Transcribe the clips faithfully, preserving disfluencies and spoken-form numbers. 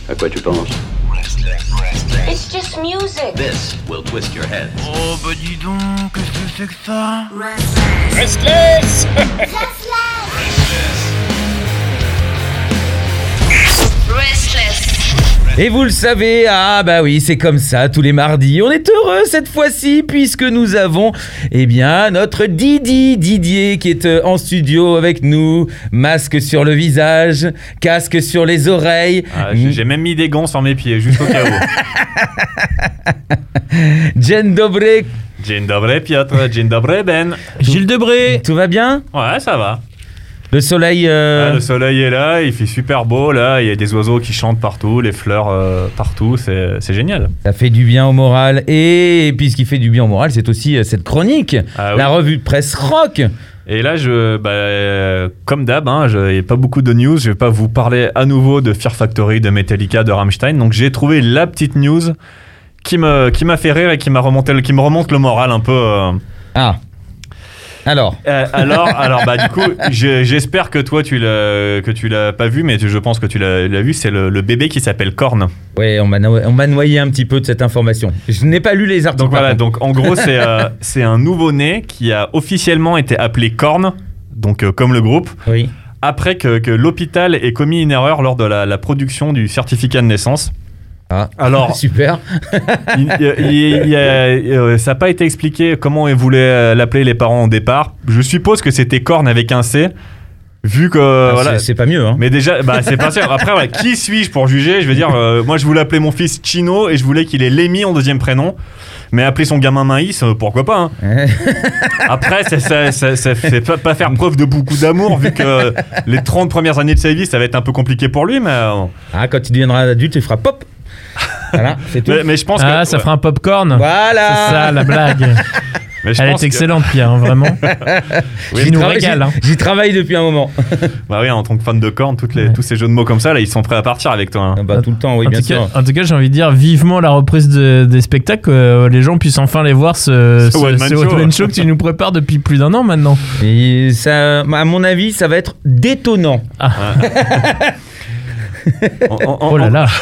À quoi tu penses? It's just music. This will twist your head. Oh bah dis donc, qu'est-ce que c'est que ça? Restless. Restless. Et vous le savez, ah bah oui, c'est comme ça tous les mardis. On est heureux cette fois-ci puisque nous avons, eh bien, notre Didi Didier qui est en studio avec nous. Masque sur le visage, casque sur les oreilles. Ah, j'ai, j'ai même mis des gants sur mes pieds, juste au cas où. Dzień dobry. Dzień dobry Piotr, dzień dobry Ben. Gilles Debré. Tout va bien? Ouais, ça va. Le soleil... Euh... Ah, le soleil est là, il fait super beau là, il y a des oiseaux qui chantent partout, les fleurs euh, partout, c'est, c'est génial. Ça fait du bien au moral. Et puis ce qui fait du bien au moral, c'est aussi euh, cette chronique, ah, la oui. revue de presse rock. Et là, je, bah, euh, comme d'hab, hein, il n'y a pas beaucoup de news, je vais pas vous parler à nouveau de Fear Factory, de Metallica, de Rammstein, donc j'ai trouvé la petite news qui, me, qui m'a fait rire et qui, m'a remonté, qui me remonte le moral un peu... Euh... Ah Alors euh, alors, alors bah, du coup, je, j'espère que toi, tu l'as, que tu l'as pas vu, mais je pense que tu l'as, l'as vu, c'est le, le bébé qui s'appelle Korn. Ouais, on m'a, no- on m'a noyé un petit peu de cette information. Je n'ai pas lu les articles. Donc voilà, donc en gros, c'est, euh, c'est un nouveau-né qui a officiellement été appelé Korn, donc euh, comme le groupe, Oui. après que, que l'hôpital ait commis une erreur lors de la, la production du certificat de naissance. Ah, Alors, super. il, il, il, il a, euh, ça n'a pas été expliqué comment ils voulaient l'appeler les parents au départ. Je suppose que c'était Korn avec un C, vu que Ah, voilà. c'est, c'est pas mieux, hein. Mais déjà, bah, c'est pas sûr. Après, voilà, qui suis-je pour juger? Je veux dire, euh, moi, je voulais appeler mon fils Chino et je voulais qu'il ait Lémi en deuxième prénom. Mais appeler son gamin Maïs, euh, pourquoi pas, hein. Après, ça, ça, ça, ça fait pas, pas faire preuve de beaucoup d'amour, vu que euh, les trente premières années de sa vie, ça va être un peu compliqué pour lui. Mais, euh, Ah, quand il deviendra adulte, il fera pop. Voilà, c'est tout. mais, mais je pense Ah, que. ça ouais. fera un popcorn. Voilà. C'est ça la blague. Mais je Elle pense est que- excellente, Pierre, hein, vraiment. Oui, Tu nous travaille- régales. Hein. J'y, j'y travaille depuis un moment. Bah oui, en tant que fan de Korn, toutes les, Ouais. tous ces jeux de mots comme ça, là, ils sont prêts à partir avec toi, hein. Ah bah, tout le temps, oui, en, bien tout cas, sûr. en tout cas, j'ai envie de dire vivement la reprise de- des spectacles, que les gens puissent enfin les voir, ce, Ce ce, one-man ce show. one-man show que tu nous prépares depuis plus d'un an maintenant. Et ça, à mon avis, ça va être détonnant. En, en- en- Oh là là.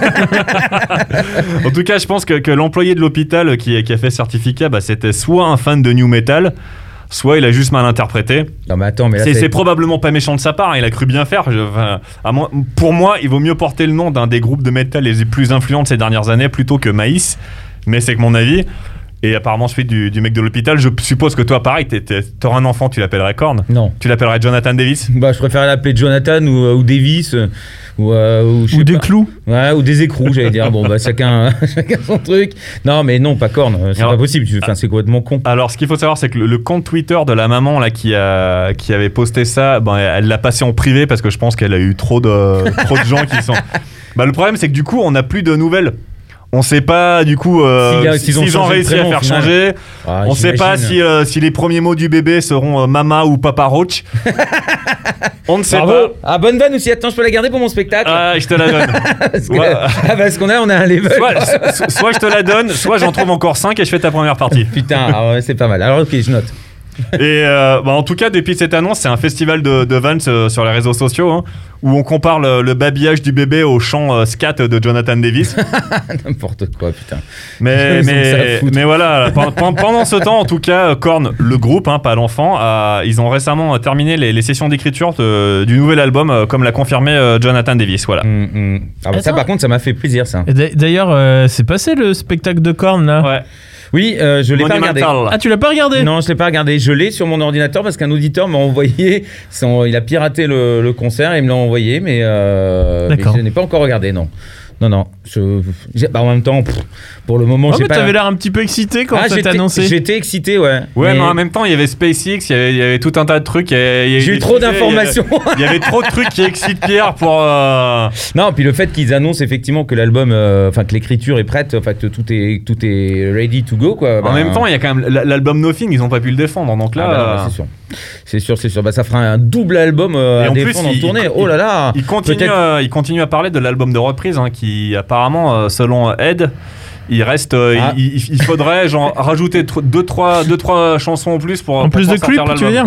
En tout cas, je pense que, que l'employé de l'hôpital qui, qui a fait ce certificat, bah, c'était soit un fan de new metal, soit il a juste mal interprété. Non mais attends, mais là, C'est, ça- c'est probablement pas méchant de sa part, hein, il a cru bien faire. Je- enfin, à moi- pour moi, il vaut mieux porter le nom d'un des groupes de metal les plus influents de ces dernières années plutôt que Maïs, mais c'est que mon avis. Et apparemment, celui du, du mec de l'hôpital, je suppose que toi, pareil, t'es- t'es- t'auras un enfant, tu l'appellerais Korn. Non. Tu l'appellerais Jonathan Davis. Bah, je préfère l'appeler Jonathan ou, ou Davis euh, ou, euh, ou, je Ou sais des pas. clous. Ouais, ou des écrous, j'allais dire. Bon, bah, chacun, chacun son truc. Non, mais non, pas Korn. C'est Alors- pas possible. Tu- Enfin, c'est complètement con. Alors, ce qu'il faut savoir, c'est que le, le compte Twitter de la maman là, qui, a, qui avait posté ça, ben, elle l'a passé en privé parce que je pense qu'elle a eu trop de, trop de gens qui sont. Bah, le problème, c'est que du coup, on n'a plus de nouvelles. On sait pas du coup euh, S'il y a- si- s'ils ont s'ils ont changé le réussi à prénom, faire au final. changer. Ah, On sait pas j'imagine. si, euh, si les premiers mots du bébé seront euh, Mama ou Papa Roach. On ne sait Bravo. Ah, bonne vanne aussi. Attends, je peux la garder pour mon spectacle. pas. Ah, je te la donne. parce, que, ouais. ah, parce qu'on a, on a un level. soit, so- soit je te la donne, soit j'en trouve encore cinq et je fais ta première partie. Putain, ah ouais, c'est pas mal. Alors, ok, je note. Et euh, bah, en tout cas, depuis cette annonce, c'est un festival de, de Vans euh, sur les réseaux sociaux, hein, où on compare le, le babillage du bébé au chant euh, scat de Jonathan Davis. N'importe quoi, putain. Mais, Ils ont que ça à mais, foutre. mais voilà, pendant, pendant ce temps, en tout cas, Korn, le groupe, hein, pas l'enfant, a- ils ont récemment terminé les, les sessions d'écriture de- du nouvel album, euh, comme l'a confirmé euh, Jonathan Davis. Voilà. Hum, hum. Ah, bah, ça, Attends. par contre, ça m'a fait plaisir, ça. Et d'a- D'ailleurs, euh, c'est passé le spectacle de Korn là. Ouais. Oui, euh, je l'ai pas regardé. Monumental. Ah, tu l'as pas regardé? Non, je l'ai pas regardé. Je l'ai sur mon ordinateur parce qu'un auditeur m'a envoyé. Son, il a piraté le, le concert et il me l'a envoyé, mais, euh, mais D'accord. je n'ai pas encore regardé, non. Non, non. Je, j'ai- bah, en même temps, pff, pour le moment, Oh, j'ai mais pas. t'avais l'air un petit peu excité quand Ah, ça j'étais, t'a annoncé. j'étais excité, ouais. Ouais, mais... en même temps, il y avait SpaceX, il y avait, il y avait tout un tas de trucs. il y avait- il y avait J'ai eu des trop sujets, d'informations. Il y, avait, il y avait trop de trucs qui excitent Pierre pour. euh, Non, puis le fait qu'ils annoncent effectivement que l'album, euh, enfin que l'écriture est prête, enfin que tout est tout est ready to go, quoi. En bah, même temps, il y a quand même l- l'album Nothing, ils ont pas pu le défendre. Donc là, ah bah non, bah, c'est sûr. C'est sûr, c'est sûr. Bah, ça fera un double album euh, Et à en plus, défendre en il- tournée. il- Oh là là. il continue, Peut-être- euh, il continue à parler de l'album de reprise, hein, qui apparemment, euh, selon Ed, Il reste, euh, ah. il, il, il faudrait genre rajouter deux trois deux trois chansons en plus pour en pour plus de Creep, tu veux dire.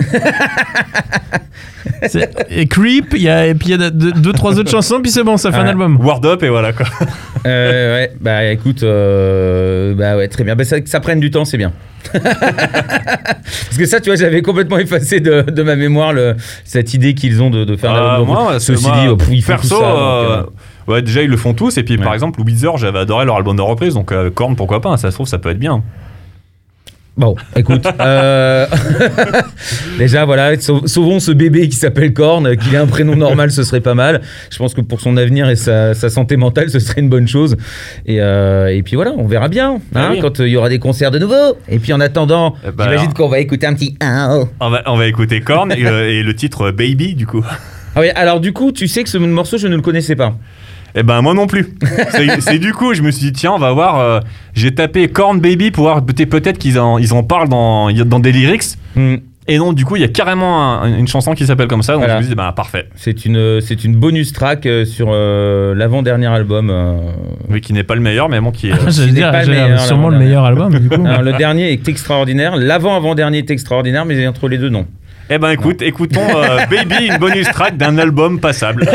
Et Creep, il y a et puis il y a deux, deux trois autres chansons puis c'est bon, ça fait ah. un album. Word Up et voilà quoi. Euh, ouais, bah écoute, euh, bah ouais, très bien. Bah, ça, que ça prenne du temps, c'est bien. Parce que ça, tu vois, j'avais complètement effacé de, de ma mémoire le, cette idée qu'ils ont de, de faire euh, l'album. Moi, ceci moi, dit, oh, ils font perso, tout ça. Donc, euh, euh... ouais, déjà ils le font tous. Et puis ouais. par exemple, Weezer, j'avais adoré leur album de reprise, donc euh, Korn, pourquoi pas. Ça se trouve, ça peut être bien. Bon, écoute, euh... déjà voilà, sauvons ce bébé qui s'appelle Korn, qu'il ait un prénom normal, ce serait pas mal. Je pense que pour son avenir et sa, sa santé mentale, ce serait une bonne chose. Et, euh, et puis voilà, on verra bien hein, ah oui. quand il euh, y aura des concerts de nouveau. Et puis en attendant, eh ben j'imagine alors, qu'on va écouter un petit. On va, on va écouter Korn et, euh, et le titre Baby du coup. Ah oui, alors du coup, tu sais que ce morceau, je ne le connaissais pas. Eh ben moi non plus. C'est, c'est du coup, je me suis dit tiens, on va voir. Euh, j'ai tapé Korn Baby pour voir peut-être qu'ils en, ils en parlent dans, dans des lyrics. Mm. Et non, du coup, il y a carrément un, une chanson qui s'appelle comme ça. Donc voilà. Je me suis dit bah parfait. C'est une, c'est une bonus track sur euh, l'avant-dernier album. Euh... Oui, qui n'est pas le meilleur, mais bon, qui est. Ah, j'allais dire, pas le meilleur, sûrement le meilleur album. Du coup. Alors, le dernier est extraordinaire. L'avant-avant-dernier est extraordinaire, mais entre les deux non. Eh ben écoute, non. écoutons euh, Baby, une bonus track d'un album passable.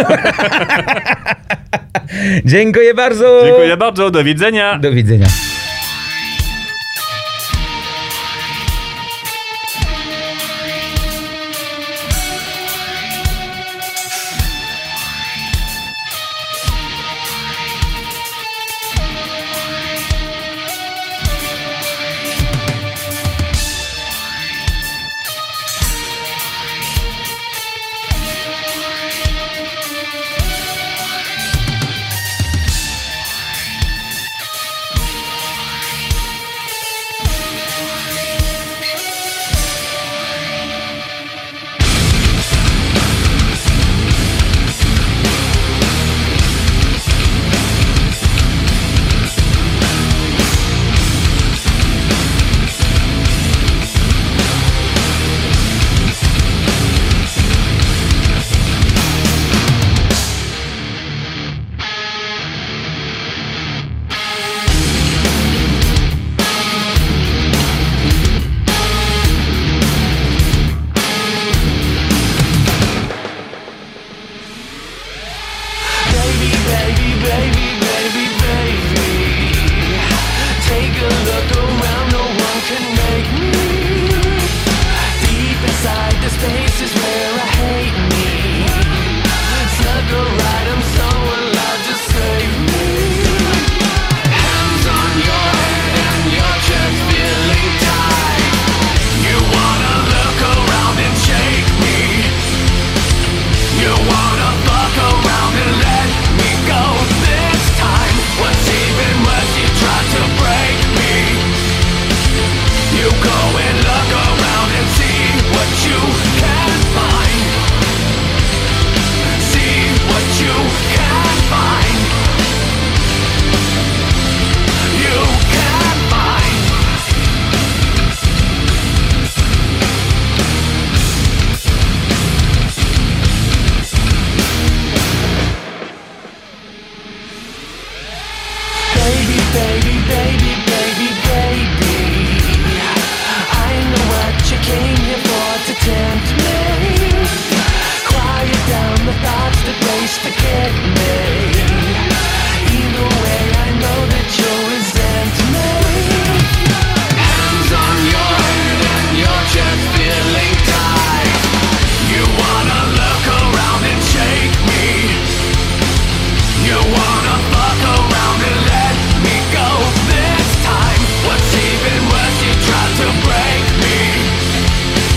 Dziękuję bardzo. Dziękuję bardzo, do widzenia. Do widzenia.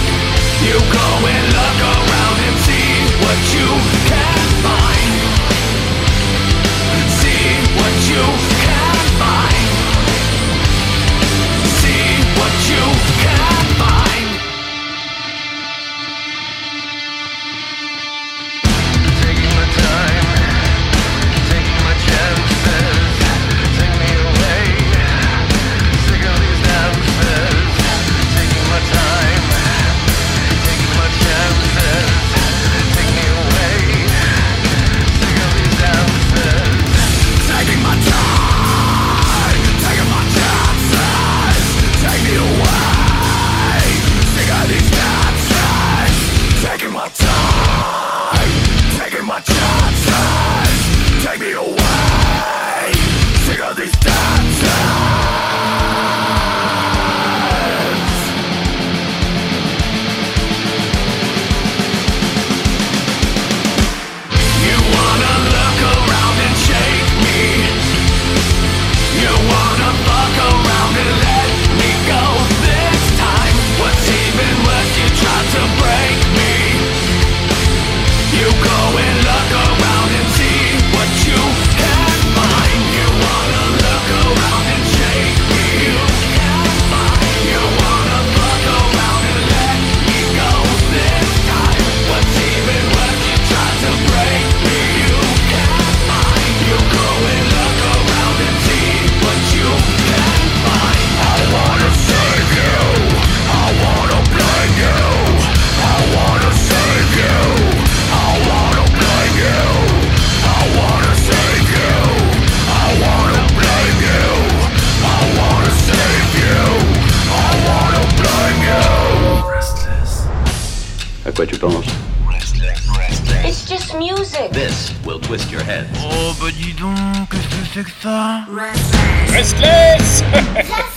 You go and look around and see what you can find. quoi tu penses? It's just music. This will twist your head. Oh bah dis donc, qu'est-ce que c'est que ça? Restless.